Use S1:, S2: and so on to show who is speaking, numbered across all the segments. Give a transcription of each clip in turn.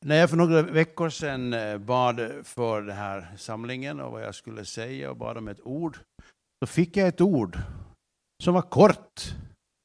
S1: När jag för några veckor sedan bad för den här samlingen och vad jag skulle säga och bad om ett ord, så fick jag ett ord som var kort.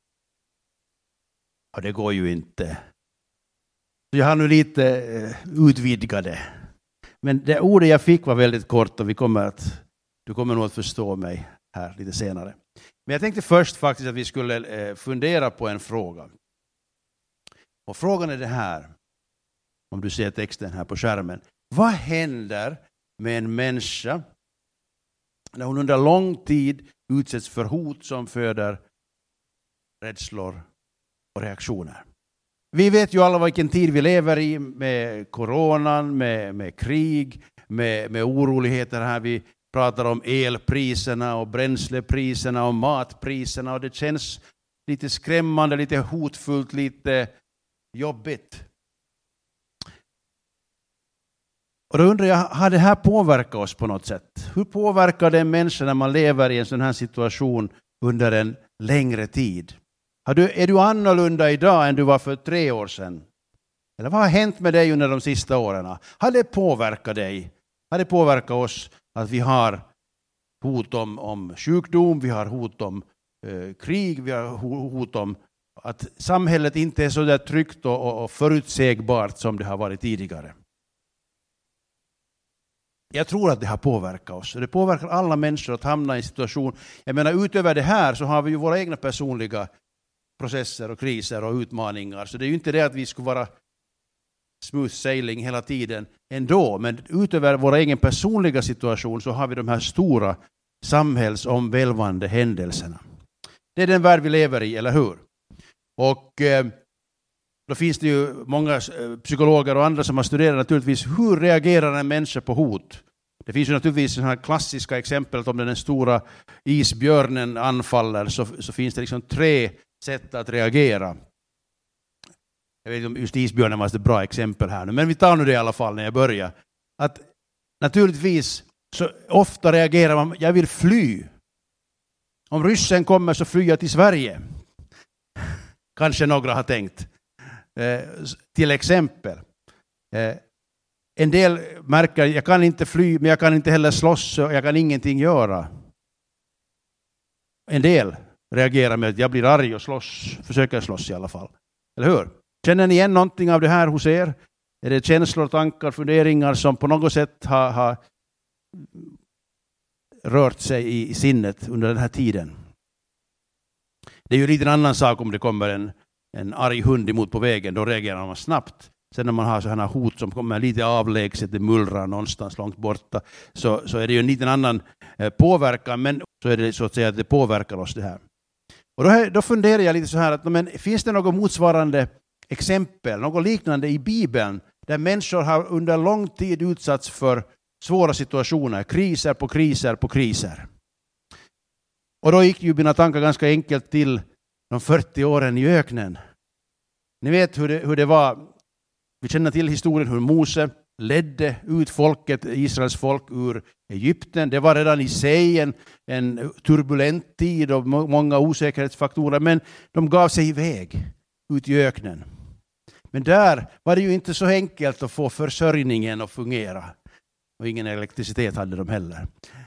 S1: Och det går ju inte. Så jag har nu lite utvidgade. Men det ordet jag fick var väldigt kort och du kommer nog att förstå mig här lite senare. Men jag tänkte först faktiskt att vi skulle fundera på en fråga. Och frågan är det här. Om du ser texten här på skärmen. Vad händer med en människa när hon under lång tid utsätts för hot som föder rädslor och reaktioner? Vi vet ju alla vilken tid vi lever i med coronan, med krig, med oroligheter här. Vi pratar om elpriserna och bränslepriserna och matpriserna och det känns lite skrämmande, lite hotfullt, lite jobbigt. Och då undrar jag, har det här påverkat oss på något sätt? Hur påverkar det en människa när man lever i en sån här situation under en längre tid? Är du annorlunda idag än du var för 3 år sedan? Eller vad har hänt med dig under de sista åren? Har det påverkat dig? Har det påverkat oss att vi har hot om sjukdom, vi har hot om krig, vi har hot om att samhället inte är så där tryggt och förutsägbart som det har varit tidigare? Jag tror att det har påverkat oss. Det påverkar alla människor att hamna i en situation. Jag menar, utöver det här så har vi ju våra egna personliga processer och kriser och utmaningar. Så det är ju inte det att vi skulle vara smooth sailing hela tiden ändå. Men utöver vår egen personliga situation så har vi de här stora samhällsomvälvande händelserna. Det är den värld vi lever i, eller hur? Och då finns det ju många psykologer och andra som har studerat naturligtvis hur reagerar en människa på hot. Det finns ju naturligtvis sådana här klassiska exempel att om den stora isbjörnen anfaller så finns det liksom 3 sätt att reagera. Jag vet inte om just isbjörnen var ett bra exempel här nu, men vi tar nu det i alla fall när jag börjar. Att naturligtvis så ofta reagerar man, jag vill fly. Om ryssen kommer så flyr jag till Sverige. Kanske några har tänkt. Till exempel. En del märker jag kan inte fly, men jag kan inte heller slåss och jag kan ingenting göra. En del reagerar med att jag blir arg och försöker slåss i alla fall. Eller hur? Känner ni igen någonting av det här hos er? Är det känslor, tankar, funderingar som på något sätt har rört sig i sinnet under den här tiden? Det är ju lite en annan sak om det kommer en arg hund emot på vägen, då reagerar man snabbt. Sen när man har sådana hot som kommer lite avlägset, det mullrar någonstans långt borta, så är det ju en liten annan påverkan, men så är det så att säga att det påverkar oss det här. Och då funderar jag lite så här, men finns det något motsvarande exempel, något liknande i Bibeln, där människor har under lång tid utsatts för svåra situationer, kriser på kriser på kriser? Och då gick ju mina tankar ganska enkelt till de 40 åren i öknen. Ni vet hur det var. Vi känner till historien hur Mose ledde ut folket, Israels folk ur Egypten. Det var redan i sig en turbulent tid och många osäkerhetsfaktorer. Men de gav sig iväg ut i öknen. Men där var det ju inte så enkelt att få försörjningen att fungera. Och ingen elektricitet hade de heller.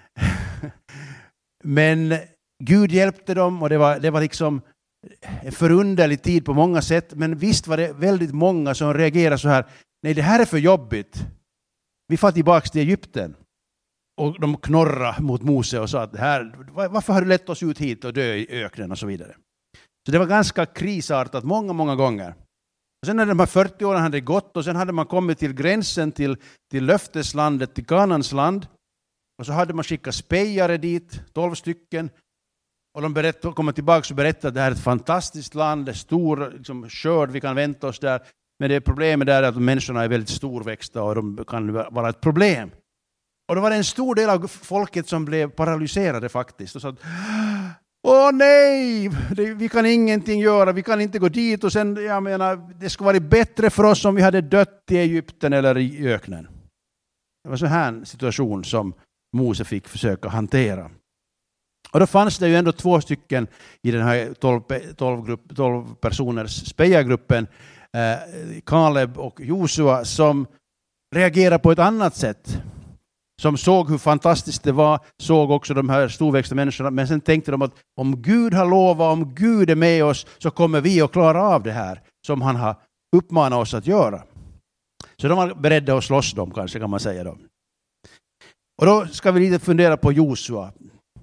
S1: Men Gud hjälpte dem och det var liksom en förunderlig tid på många sätt. Men visst var det väldigt många som reagerade så här. Nej, det här är för jobbigt. Vi får tillbaka till Egypten. Och de knorrade mot Mose och sa att varför har du lett oss ut hit och dö i öknen och så vidare. Så det var ganska krisartat många gånger. Och sen när de här 40 åren hade gått och sen hade man kommit till gränsen till löfteslandet, till Kanans land. Och så hade man skickat spejare dit, 12 stycken. Och de kommer tillbaka och berättar att det här är ett fantastiskt land, det är stor liksom, skörd, vi kan vänta oss där. Men det problemet är att människorna är väldigt storväxta och de kan vara ett problem. Och då var det en stor del av folket som blev paralyserade faktiskt. Och sa att, åh nej, vi kan ingenting göra, vi kan inte gå dit. Och sen, jag menar, det skulle varit bättre för oss om vi hade dött i Egypten eller i öknen. Det var så här situation som Mose fick försöka hantera. Och då fanns det ju ändå 2 stycken i den här 12 personers spejargruppen Kaleb och Josua som reagerar på ett annat sätt. Som såg hur fantastiskt det var, såg också de här storväxta människorna, men sen tänkte de att om Gud har lovat, om Gud är med oss, så kommer vi att klara av det här som han har uppmanat oss att göra. Så de var beredda att slåss dem, kanske kan man säga då. Och då ska vi lite fundera på Josua.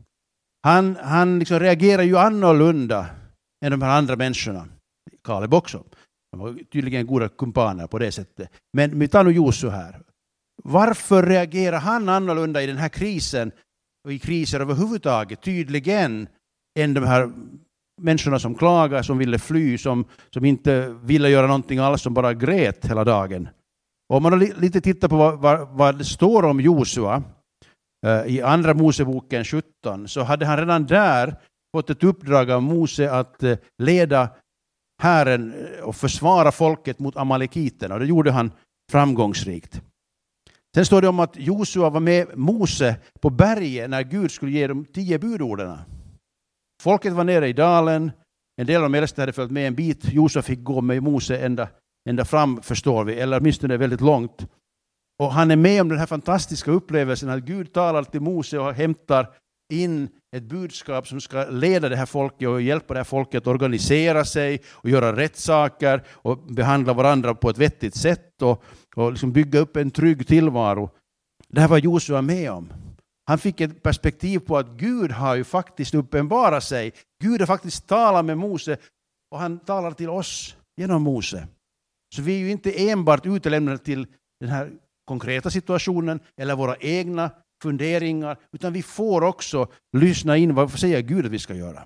S1: Han liksom reagerar ju annorlunda än de här andra människorna. Kaleb också. De var tydligen goda kumpaner på det sättet. Men vi tar nu Josua här. Varför reagerar han annorlunda i den här krisen och i kriser överhuvudtaget tydligen än de här människorna som klagar, som ville fly, som inte ville göra någonting alls, som bara grät hela dagen? Och om man lite tittar på vad det står om Josua i andra Moseboken 17, så hade han redan där fått ett uppdrag av Mose att leda hären och försvara folket mot amalekiterna, och det gjorde han framgångsrikt. Sen står det om att Josua var med Mose på berget när Gud skulle ge dem 10 budorden. Folket var nere i dalen, en del av de äldste hade följt med en bit, Josua fick gå med Mose ända fram, förstår vi, eller åtminstone väldigt långt. Och han är med om den här fantastiska upplevelsen att Gud talar till Mose och hämtar in ett budskap som ska leda det här folket och hjälpa det här folket att organisera sig och göra rätt saker och behandla varandra på ett vettigt sätt och liksom bygga upp en trygg tillvaro. Det här var Josua med om. Han fick ett perspektiv på att Gud har ju faktiskt uppenbarat sig. Gud har faktiskt talat med Mose och han talar till oss genom Mose. Så vi är ju inte enbart utelämnade till den här konkreta situationen eller våra egna funderingar, utan vi får också lyssna in vad säger Gud att vi ska göra.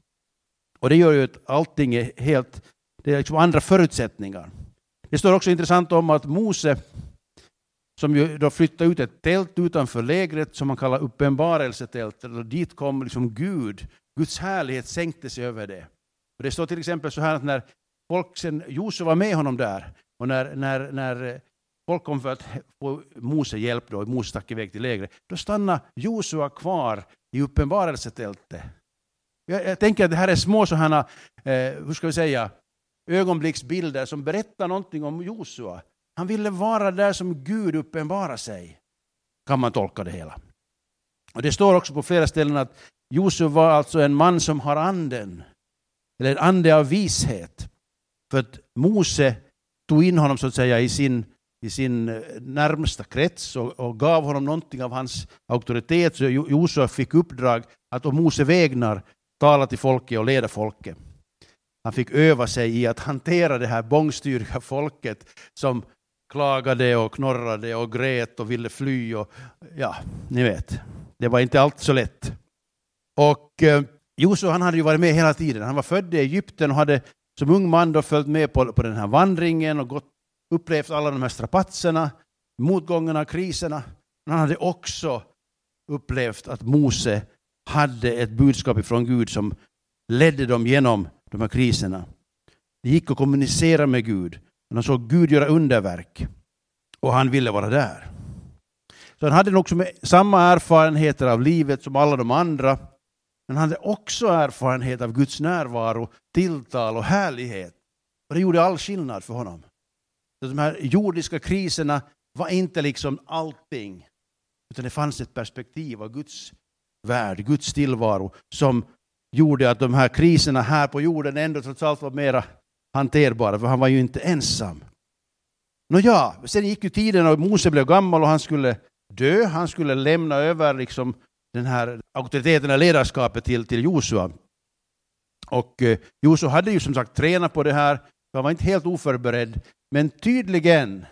S1: Och det gör ju att allting är helt, det är liksom andra förutsättningar. Det står också intressant om att Mose, som ju då flyttade ut ett tält utanför lägret som man kallar uppenbarelsetält, eller dit kom liksom Guds härlighet sänkte sig över det. Och det står till exempel så här att när folk sen Josua var med honom där, och när folk kom för att få Mose hjälp då, Mose stack iväg till lägret, då stannade Josua kvar i uppenbarelsetältet. Jag tänker att det här är små sådana, hur ska vi säga, ögonblicksbilder som berättar någonting om Josua. Han ville vara där som Gud uppenbarar sig, kan man tolka det hela. Och det står också på flera ställen att Josua var alltså en man som har anden, eller en ande av vishet. För att Mose tog in honom så att säga i sin närmsta krets och gav honom någonting av hans auktoritet. Så Josua fick uppdrag att om Mose vägnar tala till folket och leda folket. Han fick öva sig i att hantera det här bångstyriga folket som klagade och knorrade och grät och ville fly. Och, ja, ni vet. Det var inte allt så lätt. Och Josua, han hade ju varit med hela tiden. Han var född i Egypten och hade som ung man då följt med på den här vandringen och upplevt alla de här strapatserna, motgångarna, kriserna. Men han hade också upplevt att Mose hade ett budskap ifrån Gud som ledde dem genom de här kriserna. Det gick att kommunicera med Gud. Han såg Gud göra underverk. Och han ville vara där. Så han hade också samma erfarenheter av livet som alla de andra. Men han hade också erfarenhet av Guds närvaro, tilltal och härlighet. Och det gjorde all skillnad för honom. Så de här jordiska kriserna var inte liksom allting. Utan det fanns ett perspektiv av Guds värld, Guds tillvaro som gjorde att de här kriserna här på jorden ändå trots allt var mera hanterbara. För han var ju inte ensam. Nåja, sen gick ju tiden och Mose blev gammal och han skulle dö. Han skulle lämna över liksom den här auktoriteten och ledarskapet till Josua. Och Josua hade ju som sagt tränat på det här. Han var inte helt oförberedd. Men tydligen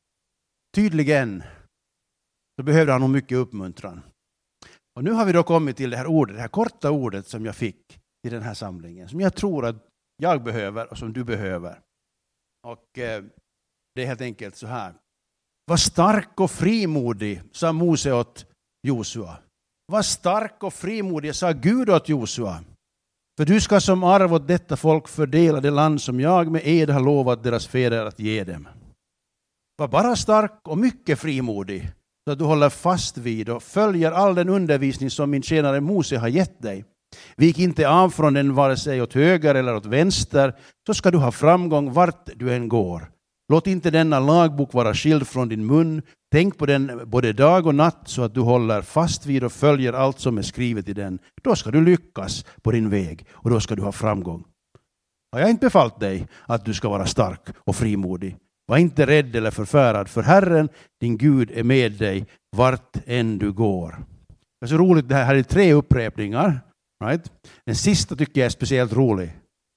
S1: så behövde han nog mycket uppmuntran. Och nu har vi då kommit till det här ordet, det här korta ordet som jag fick i den här samlingen. Som jag tror att jag behöver och som du behöver. Och det är helt enkelt så här. Var stark och frimodig, sa Mose åt Josua. Var stark och frimodig, sa Gud åt Josua. För du ska som arv åt detta folk fördela det land som jag med ed har lovat deras fäder att ge dem. Var bara stark och mycket frimodig, så att du håller fast vid och följer all den undervisning som min tjänare Mose har gett dig. Vik inte av från den vare sig åt höger eller åt vänster, så ska du ha framgång vart du än går. Låt inte denna lagbok vara skild från din mun. Tänk på den både dag och natt så att du håller fast vid och följer allt som är skrivet i den. Då ska du lyckas på din väg och då ska du ha framgång. Har jag inte befallt dig att du ska vara stark och frimodig? Var inte rädd eller förfärad, för Herren, din Gud, är med dig vart än du går. Det är så roligt, det här är 3 upprepningar. Right? Den sista tycker jag är speciellt rolig.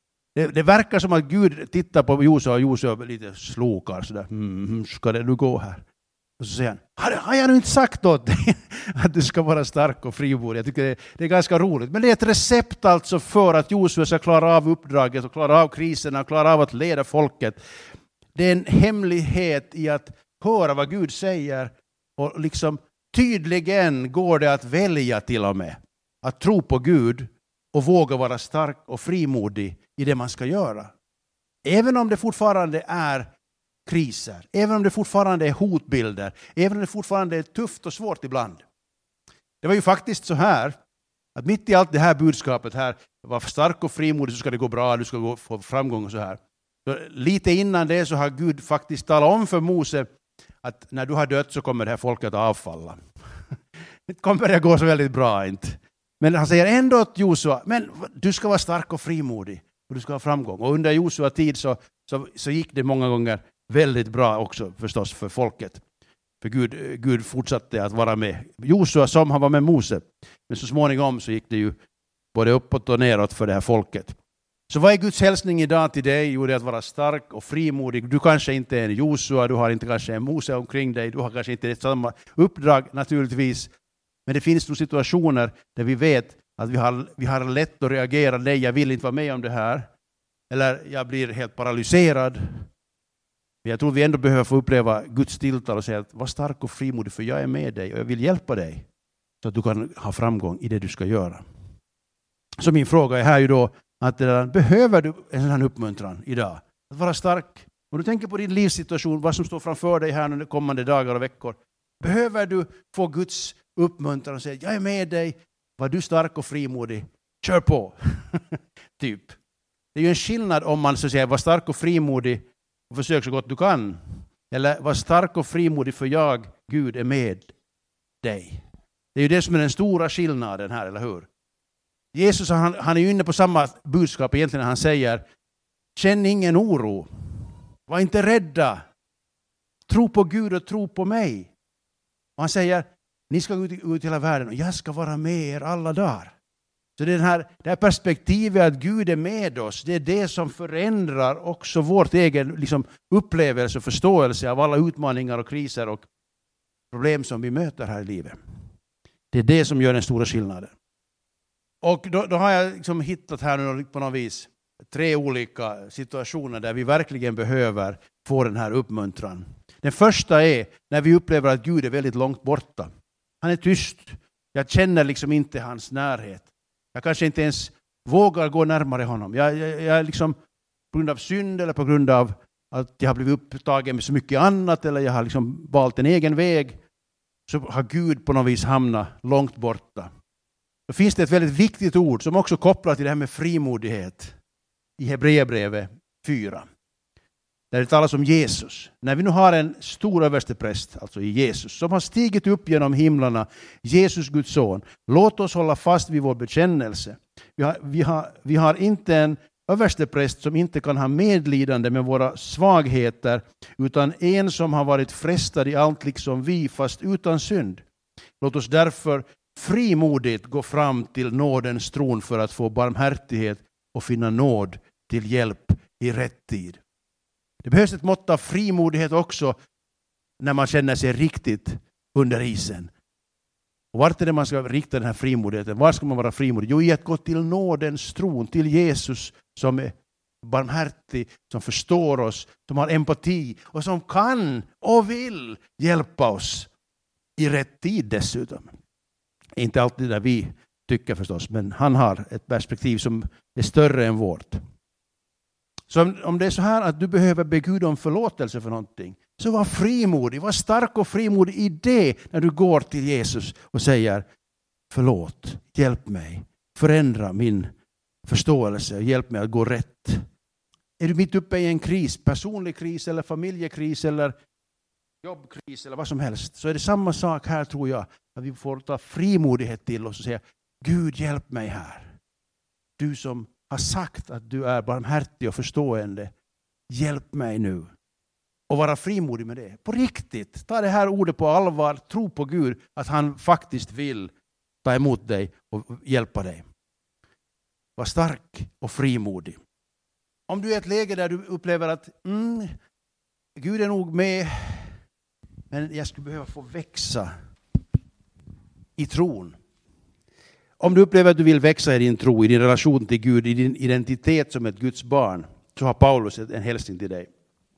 S1: Det verkar som att Gud tittar på Josua och Josua lite slokar sådär. Ska det nu gå här? Och så säger han, har jag nu inte sagt åt dig att du ska vara stark och frimodig? Jag tycker det är ganska roligt. Men det är ett recept alltså för att Josua ska klara av uppdraget och klara av kriserna och klara av att leda folket. Det är en hemlighet i att höra vad Gud säger och liksom tydligen går det att välja till och med. Att tro på Gud och våga vara stark och frimodig i det man ska göra. Även om det fortfarande är kriser, även om det fortfarande är hotbilder, även om det fortfarande är tufft och svårt ibland. Det var ju faktiskt så här att mitt i allt det här budskapet här, var stark och frimodig så ska det gå bra, du ska få framgång och så här. Så lite innan det så har Gud faktiskt talat om för Mose att när du har dött så kommer det här folket att avfalla. Det kommer det gå så väldigt bra inte. Men han säger ändå till Josua, men du ska vara stark och frimodig och du ska ha framgång. Och under Josua tid så gick det många gånger väldigt bra också förstås för folket. För Gud fortsatte att vara med Josua som han var med Mose. Men så småningom så gick det ju både uppåt och neråt för det här folket. Så vad är Guds hälsning idag till dig? Jo, det är att vara stark och frimodig. Du kanske inte är en Josua, du har inte kanske en Mose omkring dig, du har kanske inte samma uppdrag naturligtvis. Men det finns nog situationer där vi vet att vi har lätt att reagera. Nej, jag vill inte vara med om det här. Eller jag blir helt paralyserad. Men jag tror vi ändå behöver få uppleva Guds tilltal och säga att var stark och frimodig för jag är med dig och jag vill hjälpa dig. Så att du kan ha framgång i det du ska göra. Så min fråga är här ju då att behöver du en sån här uppmuntran idag? Att vara stark. Om du tänker på din livssituation, vad som står framför dig här under kommande dagar och veckor. Behöver du få Guds uppmuntran och säga jag är med dig, var du stark och frimodig, kör på. Typ. Det är ju en skillnad om man så att säga var stark och frimodig och försök så gott du kan. Eller var stark och frimodig för Gud är med dig. Det är ju det som är den stora skillnaden här, eller hur? Jesus han är ju inne på samma budskap egentligen när han säger känn ingen oro. Var inte rädda. Tro på Gud och tro på mig. Och han säger ni ska ut i hela världen och jag ska vara med er alla dagar. Så det här perspektivet att Gud är med oss, det är det som förändrar också vårt egen upplevelse och förståelse av alla utmaningar och kriser och problem som vi möter här i livet. Det är det som gör den stora skillnaden. Och då har jag hittat här nu på något vis 3 olika situationer där vi verkligen behöver få den här uppmuntran. Den första är när vi upplever att Gud är väldigt långt borta. Han är tyst. Jag känner inte hans närhet. Jag kanske inte ens vågar gå närmare honom. Jag på grund av synd eller på grund av att jag har blivit upptagen med så mycket annat eller jag har valt en egen väg så har Gud på något vis hamnat långt borta. Då finns det ett väldigt viktigt ord som också kopplar till det här med frimodighet i Hebreerbrevet 4. Där det talas om Jesus. När vi nu har en stor överstepräst, alltså i Jesus, som har stigit upp genom himlarna, Jesus Guds son. Låt oss hålla fast vid vår bekännelse. Vi har inte en överstepräst som inte kan ha medlidande med våra svagheter, utan en som har varit frestad i allt liksom vi, fast utan synd. Låt oss därför frimodigt gå fram till nådens tron för att få barmhärtighet och finna nåd till hjälp i rätt tid. Det behövs ett mått av frimodighet också när man känner sig riktigt under isen. Och vart är det man ska rikta den här frimodigheten? Var ska man vara frimodig? Jo, i att gå till nådens tron, till Jesus som är barmhärtig, som förstår oss, som har empati och som kan och vill hjälpa oss i rätt tid dessutom. Inte alltid där vi tycker förstås, men han har ett perspektiv som är större än vårt. Så om det är så här att du behöver be Gud om förlåtelse för någonting, så var frimodig, var stark och frimodig i det när du går till Jesus och säger förlåt, hjälp mig. förändra min förståelse och hjälp mig att gå rätt. Är du mitt uppe i en kris, personlig kris eller familjekris eller jobbkris eller vad som helst, så är det samma sak här, tror jag. Att vi får ta frimodighet till oss och säga: Gud, hjälp mig här. Du som har sagt att du är barmhärtig och förstående, hjälp mig nu. Och vara frimodig med det. På riktigt, ta det här ordet på allvar, tro på Gud att han faktiskt vill ta emot dig och hjälpa dig. Var stark och frimodig. Om du är i ett läge där du upplever att Gud är nog med, men jag skulle behöva få växa i tron. Om du upplever att du vill växa i din tro, i din relation till Gud, i din identitet som ett Guds barn, så har Paulus en hälsning till dig.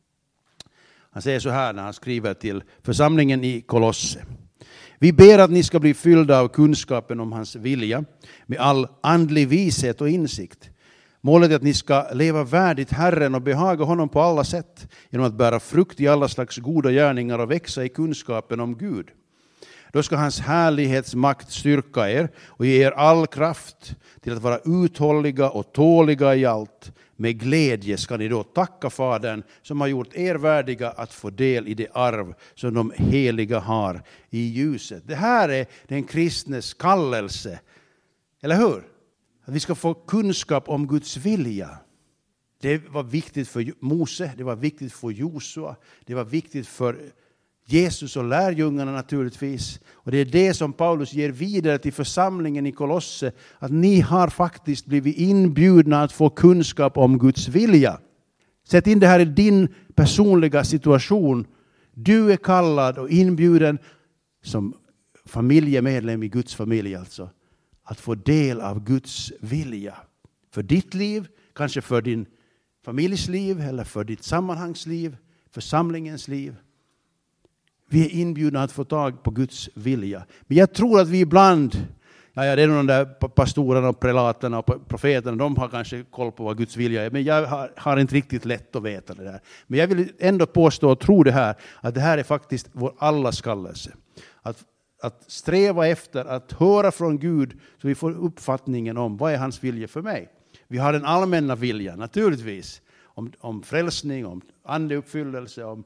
S1: Han säger så här när han skriver till församlingen i Kolosse: Vi ber att ni ska bli fyllda av kunskapen om hans vilja, med all andlig vishet och insikt. Målet är att ni ska leva värdigt Herren och behaga honom på alla sätt, genom att bära frukt i alla slags goda gärningar och växa i kunskapen om Gud. Då ska hans härlighetsmakt styrka er och ge er all kraft till att vara uthålliga och tåliga i allt. Med glädje ska ni då tacka Fadern som har gjort er värdiga att få del i det arv som de heliga har i ljuset. Det här är den kristnes kallelse, eller hur? Att vi ska få kunskap om Guds vilja. Det var viktigt för Mose, det var viktigt för Josua, det var viktigt för Jesus och lärjungarna naturligtvis. Och det är det som Paulus ger vidare till församlingen i Kolosse. Att ni har faktiskt blivit inbjudna att få kunskap om Guds vilja. Sätt in det här i din personliga situation. Du är kallad och inbjuden som familjemedlem i Guds familj alltså. Att få del av Guds vilja. För ditt liv, kanske för din familjs liv eller för ditt sammanhangsliv, församlingens liv. Vi är inbjudna att få tag på Guds vilja. Men jag tror att vi ibland, det är de där pastorerna och prelaterna och profeterna, de har kanske koll på vad Guds vilja är. Men jag har inte riktigt lätt att veta det där. Men jag vill ändå påstå och tro det här, att det här är faktiskt vår allas kallelse. Att sträva efter att höra från Gud så vi får uppfattningen om vad är hans vilja för mig. Vi har den allmänna viljan naturligtvis. Om frälsning, om andeuppfyllelse, om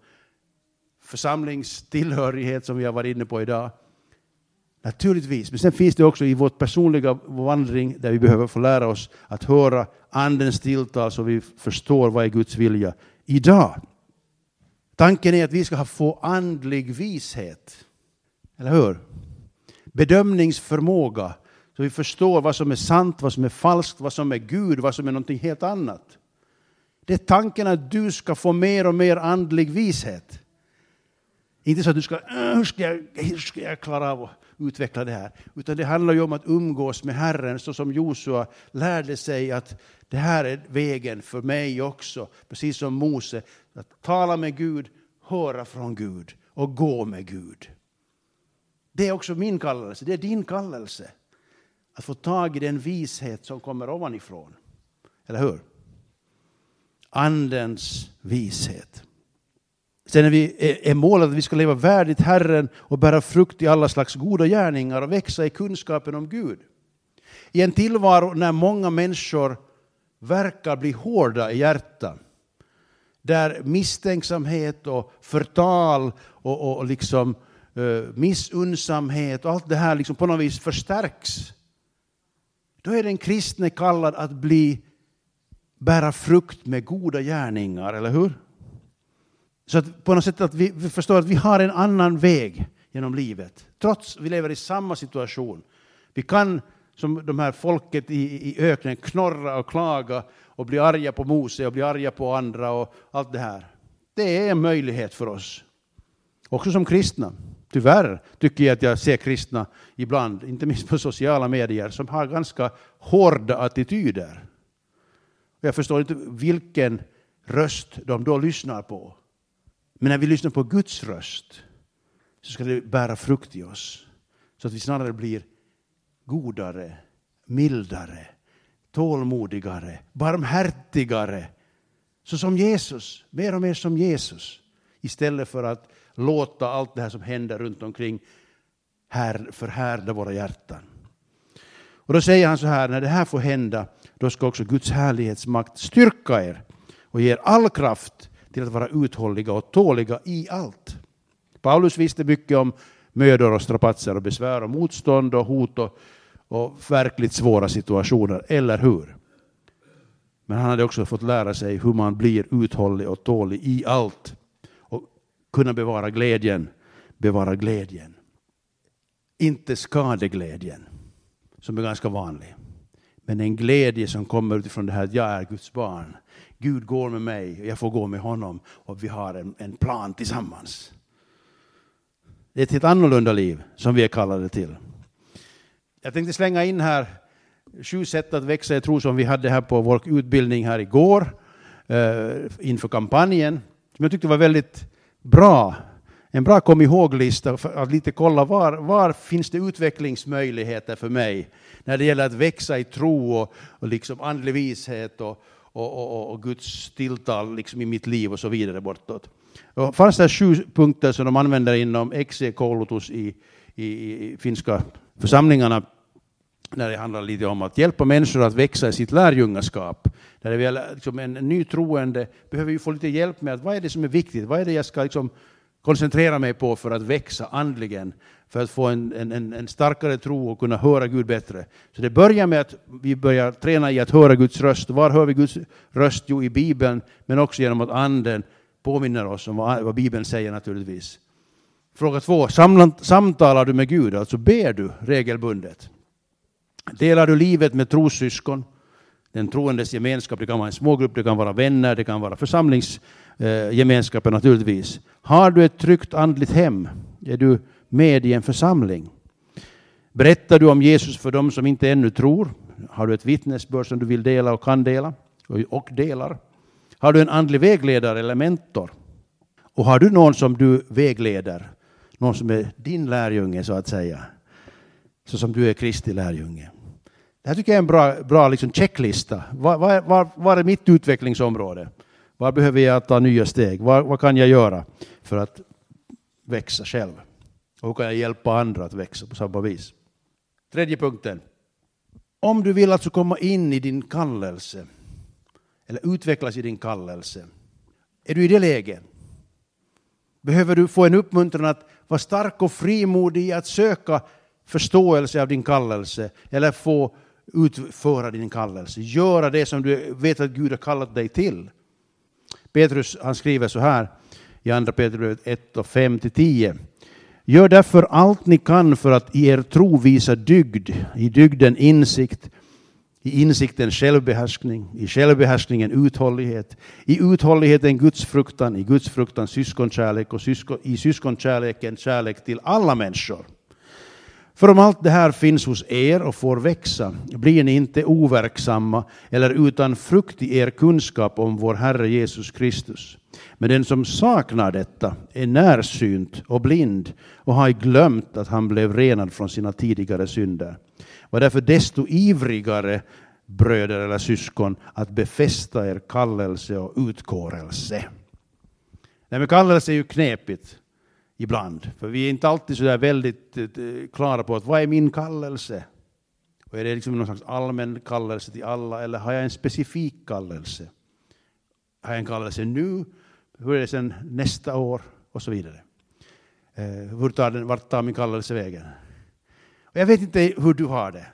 S1: församlingstillhörighet som vi har varit inne på idag. Naturligtvis. Men sen finns det också i vår personliga vandring där vi behöver få lära oss att höra andens tilltal så vi förstår vad är Guds vilja idag. Tanken är att vi ska få andlig vishet. Eller hur? Bedömningsförmåga. Så vi förstår vad som är sant, vad som är falskt, vad som är Gud, vad som är någonting helt annat. Det är tanken att du ska få mer och mer andlig vishet. Inte så att du ska, hur ska jag klara av att utveckla det här. Utan det handlar ju om att umgås med Herren så som Josua lärde sig att det här är vägen för mig också. Precis som Mose. Att tala med Gud, höra från Gud och gå med Gud. Det är också min kallelse, det är din kallelse. Att få tag i den vishet som kommer ovanifrån. Eller hur? Andens vishet. Sen är målet att vi ska leva värdigt Herren och bära frukt i alla slags goda gärningar och växa i kunskapen om Gud. I en tillvaro när många människor verkar bli hårda i hjärtan. Där misstänksamhet och förtal och liksom missunnsamhet och allt det här liksom på något vis förstärks. Då är den kristne kallad att bära frukt med goda gärningar, eller hur? Så att på något sätt att vi förstår att vi har en annan väg genom livet. Trots att vi lever i samma situation. Vi kan, som de här folket i öknen, knorra och klaga och bli arga på Mose och bli arga på andra och allt det här. Det är en möjlighet för oss. Också som kristna. Tyvärr tycker jag att jag ser kristna ibland, inte minst på sociala medier, som har ganska hårda attityder. Jag förstår inte vilken röst de då lyssnar på. Men när vi lyssnar på Guds röst så ska det bära frukt i oss. Så att vi snarare blir godare, mildare, tålmodigare, barmhärtigare. Så som Jesus, mer och mer som Jesus. Istället för att låta allt det här som händer runt omkring förhärda våra hjärtan. Och då säger han så här, när det här får hända, då ska också Guds härlighetsmakt styrka er och ge er all kraft till att vara uthålliga och tåliga i allt. Paulus visste mycket om mödor och strapatser och besvär och motstånd och hot och verkligt svåra situationer, eller hur? Men han hade också fått lära sig hur man blir uthållig och tålig i allt. Och kunna bevara glädjen. Inte skadeglädjen, som är ganska vanlig. Men en glädje som kommer utifrån det här att jag är Guds barn. Gud går med mig och jag får gå med honom. Och vi har en plan tillsammans. Det är ett helt annorlunda liv som vi är kallade till. Jag tänkte slänga in här 7 sätt att växa i tro som vi hade här på vår utbildning här igår. Inför kampanjen. Som jag tyckte var väldigt bra. En bra kom ihåg-lista för att lite kolla var finns det utvecklingsmöjligheter för mig. När det gäller att växa i tro och liksom andlig vishet och Guds tilltal liksom i mitt liv och så vidare bortåt. Och fanns det 7 punkter som de använder inom XC-koulutus i finska församlingarna. När det handlar lite om att hjälpa människor att växa i sitt lärjungaskap. När det är liksom en ny troende behöver ju få lite hjälp med att vad är det som är viktigt? Vad är det jag ska liksom koncentrera mig på för att växa andligen? För att få en starkare tro och kunna höra Gud bättre. Så det börjar med att vi börjar träna i att höra Guds röst. Var hör vi Guds röst? Jo, i Bibeln. Men också genom att anden påminner oss om vad Bibeln säger naturligtvis. Fråga 2. Samtalar du med Gud? Alltså ber du regelbundet? Delar du livet med trossyskon? Den troendes gemenskap, det kan vara en smågrupp, det kan vara vänner, det kan vara församlingsgemenskapen naturligtvis. Har du ett tryggt andligt hem? Är du med i en församling? Berättar du om Jesus för dem som inte ännu tror? Har du ett vittnesbörd som du vill dela och kan dela? Och delar? Har du en andlig vägledare eller mentor? Och har du någon som du vägleder? Någon som är din lärjunge så att säga? Så som du är Kristi lärjunge. Det här tycker jag är en bra liksom checklista. Var är mitt utvecklingsområde? Var behöver jag ta nya steg? Vad kan jag göra för att växa själv? Och hur kan jag hjälpa andra att växa på samma vis? 3:e punkten. Om du vill alltså komma in i din kallelse eller utvecklas i din kallelse. Är du i det läget? Behöver du få en uppmuntran att vara stark och frimodig i att söka förståelse av din kallelse eller få utföra din kallelse. Göra det som du vet att Gud har kallat dig till. Petrus han skriver så här i andra Petrus 1 och 5-10. Gör därför allt ni kan för att i er tro visa dygd, i dygden insikt, i insikten självbehärskning, i självbehärskningen uthållighet, i uthålligheten Guds fruktan, i Guds fruktan syskonkärlek och i syskonkärleken kärlek till alla människor. För om allt det här finns hos er och får växa, blir ni inte overksamma eller utan frukt i er kunskap om vår Herre Jesus Kristus. Men den som saknar detta är närsynt och blind och har glömt att han blev renad från sina tidigare synder. Var därför desto ivrigare, bröder eller syskon, att befästa er kallelse och utkårelse. Nej, men kallelse är ju knepigt. Ibland. För vi är inte alltid så där väldigt klara på att vad är min kallelse? Och är det liksom någon slags allmän kallelse till alla eller har jag en specifik kallelse? Har jag en kallelse nu? Hur är det sen nästa år? Och så vidare. Vart tar min kallelse vägen? Och jag vet inte hur du har det.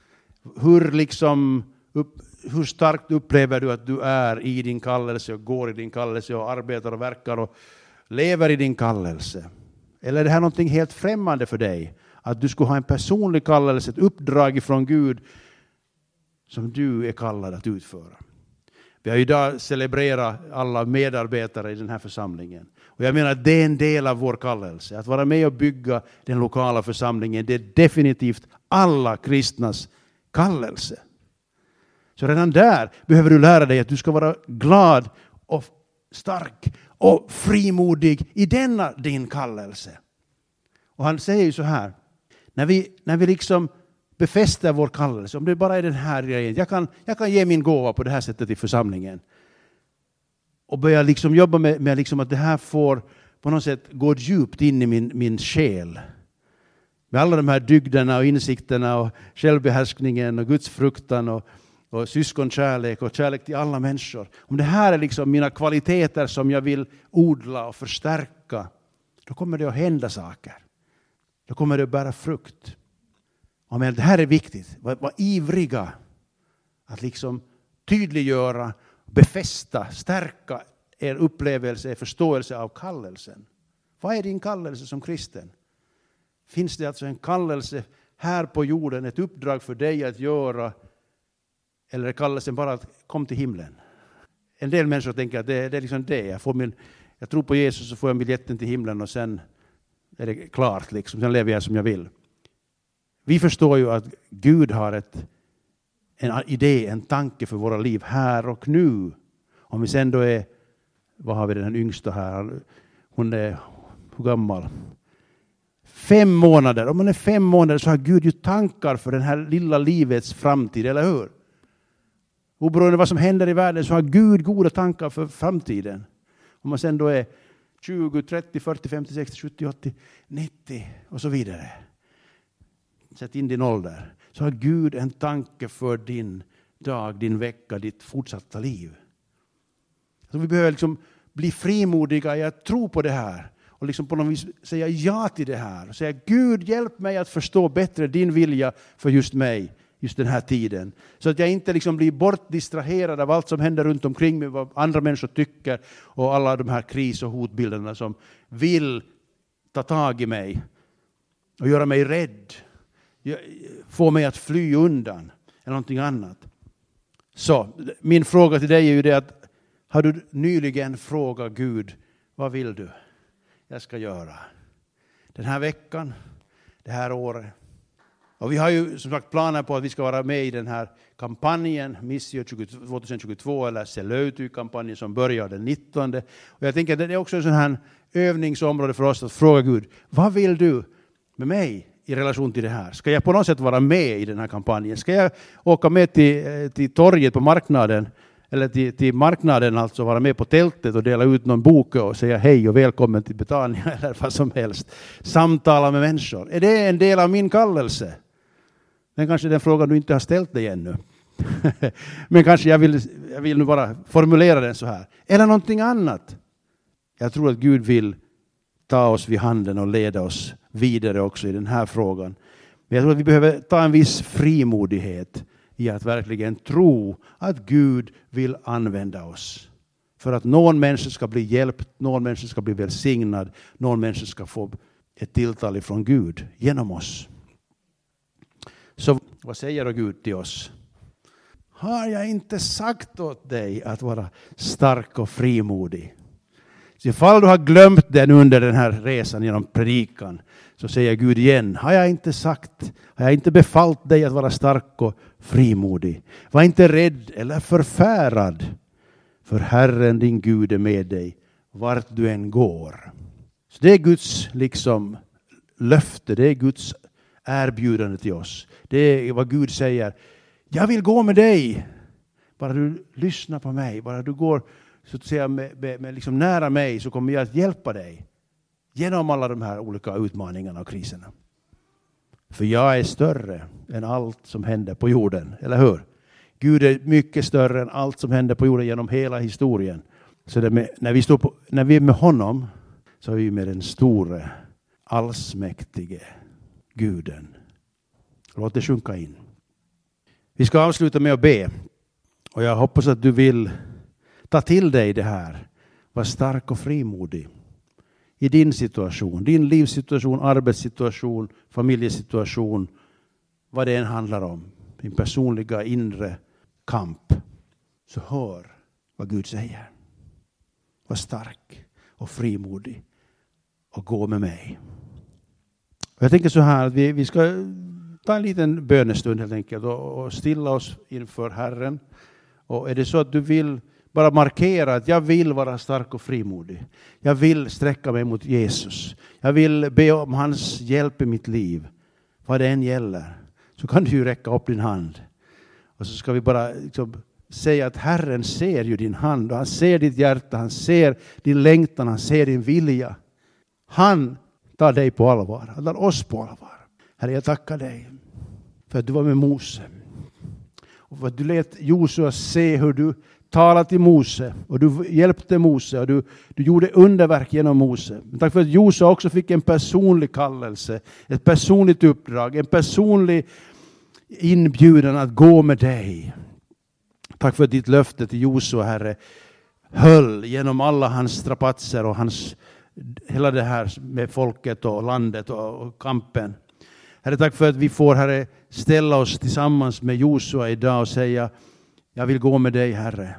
S1: Hur starkt upplever du att du är i din kallelse och går i din kallelse och arbetar och verkar och lever i din kallelse? Eller är det här någonting helt främmande för dig? Att du skulle ha en personlig kallelse, ett uppdrag ifrån Gud som du är kallad att utföra. Vi har idag celebrerat alla medarbetare i den här församlingen. Och jag menar att det är en del av vår kallelse. Att vara med och bygga den lokala församlingen, det är definitivt alla kristnas kallelse. Så redan där behöver du lära dig att du ska vara glad och stark och frimodig i denna din kallelse. Och han säger ju så här, när vi liksom befäster vår kallelse, om det bara är den här grejen, jag kan ge min gåva på det här sättet i församlingen och börja liksom jobba med liksom att det här får på något sätt gå djupt in i min själ, med alla de här dygderna och insikterna och självbehärskningen och Guds fruktan och syskonkärlek och kärlek till alla människor. Om det här är liksom mina kvaliteter som jag vill odla och förstärka, då kommer det att hända saker. Då kommer det att bära frukt. Men det här är viktigt. Var ivriga att liksom tydliggöra, befästa, stärka er upplevelse, er förståelse av kallelsen. Vad är din kallelse som kristen? Finns det alltså en kallelse här på jorden, ett uppdrag för dig att göra, eller är kallelsen bara att kom till himlen? En del människor tänker att det är liksom det. Jag tror på Jesus så får jag biljetten till himlen och sen är det klart. Liksom. Sen lever jag som jag vill. Vi förstår ju att Gud har en idé, en tanke för våra liv här och nu. Om vi sen då är, vad har vi den yngsta här? Hon är hur gammal? 5 månader. Om man är 5 månader så har Gud ju tankar för den här lilla livets framtid, eller hur? Oberoende vad som händer i världen så har Gud goda tankar för framtiden. Om man sen då är 20, 30, 40, 50, 60, 70, 80, 90 och så vidare. Sätt in din ålder. Så har Gud en tanke för din dag, din vecka, ditt fortsatta liv. Så vi behöver liksom bli frimodiga i att tro på det här. Och liksom på något vis säga ja till det här. Och säga Gud, hjälp mig att förstå bättre din vilja för just mig. Just den här tiden. Så att jag inte liksom blir bortdistraherad av allt som händer runt omkring mig. Vad andra människor tycker. Och alla de här kris- och hotbilderna som vill ta tag i mig. Och göra mig rädd. Få mig att fly undan. Eller någonting annat. Så min fråga till dig är ju det att. Har du nyligen frågat Gud. Vad vill du? Jag ska göra. Den här veckan. Det här året. Och vi har ju som sagt planer på att vi ska vara med i den här kampanjen Missio 2022 eller Selöyty-kampanjen som börjar den 19. Och jag tänker att det är också en sån här övningsområde för oss att fråga Gud, vad vill du med mig i relation till det här? Ska jag på något sätt vara med i den här kampanjen? Ska jag åka med till torget på marknaden eller till marknaden, alltså vara med på tältet och dela ut någon bok och säga hej och välkommen till Betania eller vad som helst. Samtala med människor. Är det en del av min kallelse? Men kanske den frågan du inte har ställt dig ännu. Men kanske jag vill nu bara formulera den så här. Eller någonting annat. Jag tror att Gud vill ta oss vid handen och leda oss vidare också i den här frågan. Men jag tror att vi behöver ta en viss frimodighet i att verkligen tro att Gud vill använda oss. För att någon människa ska bli hjälpt, någon människa ska bli välsignad, någon människa ska få ett tilltal ifrån Gud genom oss. Så vad säger då Gud till oss? Har jag inte sagt åt dig att vara stark och frimodig? Så ifall du har glömt den under den här resan genom predikan så säger Gud igen. Har jag inte befallt dig att vara stark och frimodig? Var inte rädd eller förfärad. För Herren din Gud är med dig vart du än går. Så det är Guds liksom löfte, det är Guds erbjudande till oss. Det är vad Gud säger. Jag vill gå med dig. Bara du lyssnar på mig. Bara du går så att säga med liksom nära mig så kommer jag att hjälpa dig. Genom alla de här olika utmaningarna och kriserna. För jag är större än allt som händer på jorden. Eller hur? Gud är mycket större än allt som händer på jorden genom hela historien. Så när vi är med honom så är vi med den store, allsmäktige Guden. Låt det sjunka in. Vi ska avsluta med att be. Och jag hoppas att du vill ta till dig det här. Var stark och frimodig. I din situation, din livssituation, arbetssituation, familjesituation. Vad det än handlar om. Din personliga inre kamp. Så hör vad Gud säger. Var stark och frimodig. Och gå med mig. Jag tänker så här att vi ska ta en liten bönestund helt enkelt och stilla oss inför Herren. Och är det så att du vill bara markera att jag vill vara stark och frimodig. Jag vill sträcka mig mot Jesus. Jag vill be om hans hjälp i mitt liv. Vad det än gäller. Så kan du ju räcka upp din hand. Och så ska vi bara liksom säga att Herren ser ju din hand. Och han ser ditt hjärta. Han ser din längtan. Han ser din vilja. Han tar dig på allvar. Han tar oss på allvar. Herre, jag tackar dig för att du var med Mose. Och för att du lät Josua se hur du talade till Mose. Och du hjälpte Mose. Och du gjorde underverk genom Mose. Men tack för att Josua också fick en personlig kallelse. Ett personligt uppdrag. En personlig inbjudan att gå med dig. Tack för att ditt löfte till Josua, Herre, höll genom alla hans strapatser och hela det här med folket och landet och kampen. Herre, tack för att vi får, Herre, ställa oss tillsammans med Josua idag och säga: jag vill gå med dig, Herre.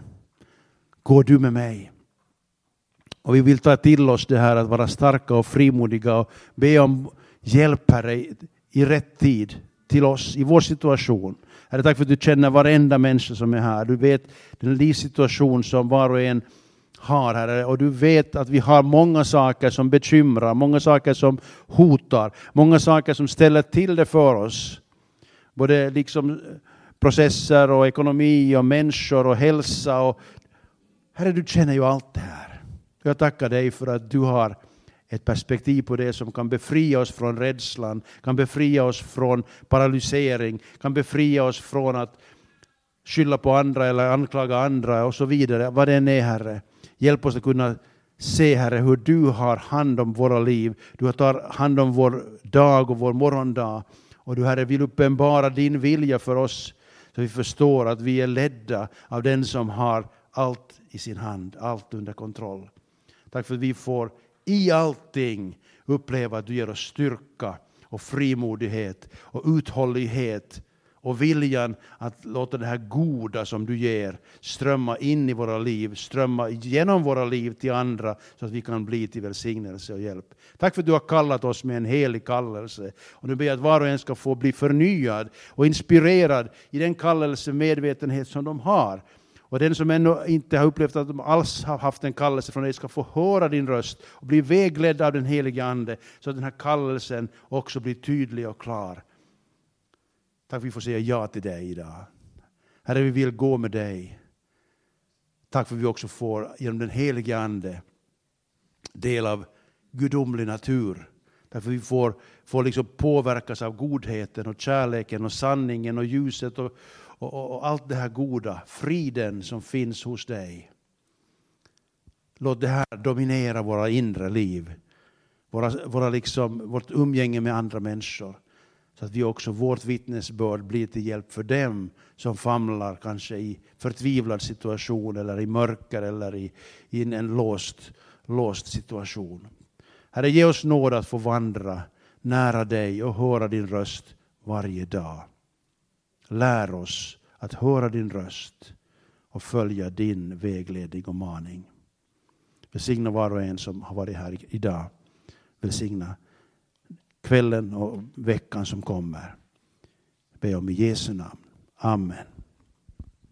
S1: Går du med mig? Och vi vill ta till oss det här att vara starka och frimodiga och be om hjälp, Herre, i rätt tid till oss i vår situation. Herre, tack för att du känner varenda människa som är här. Du vet den livssituation som var och en har, Herre. Och du vet att vi har många saker som bekymrar, många saker som hotar, många saker som ställer till det för oss. Både liksom processer och ekonomi och människor och hälsa. Och Herre, du känner ju allt det här. Jag tackar dig för att du har ett perspektiv på det som kan befria oss från rädslan, kan befria oss från paralysering, kan befria oss från att skylla på andra eller anklaga andra och så vidare. Vad det än är, Herre. Hjälp oss att kunna se, Herre, hur du har hand om våra liv. Du tar hand om vår dag och vår morgondag. Och du, Herre, vill uppenbara din vilja för oss så vi förstår att vi är ledda av den som har allt i sin hand, allt under kontroll. Tack för att vi får i allting uppleva att du ger oss styrka och frimodighet och uthållighet och viljan att låta det här goda som du ger strömma in i våra liv, strömma genom våra liv till andra så att vi kan bli till välsignelse och hjälp. Tack för att du har kallat oss med en helig kallelse. Och nu ber jag att var och en ska få bli förnyad och inspirerad i den kallelse medvetenhet som de har. Och den som ännu inte har upplevt att de alls har haft en kallelse från dig ska få höra din röst och bli vägledd av den helige Ande så att den här kallelsen också blir tydlig och klar. Tack för att vi får säga ja till dig idag. Herre, vi vill gå med dig. Tack för att vi också får genom den helige Ande del av gudomlig natur. Därför vi får liksom påverkas av godheten och kärleken och sanningen och ljuset och allt det här goda, friden som finns hos dig. Låt det här dominera våra inre liv. Vårt umgänge med andra människor. Så att vi också, vårt vittnesbörd blir till hjälp för dem som famlar kanske i förtvivlad situation eller i mörker eller i en låst situation. Herre, ge oss nåd att få vandra nära dig och höra din röst varje dag. Lär oss att höra din röst och följa din vägledning och maning. Välsigna var och en som har varit här idag. Välsigna kvällen och veckan som kommer. Be om i Jesu namn. Amen.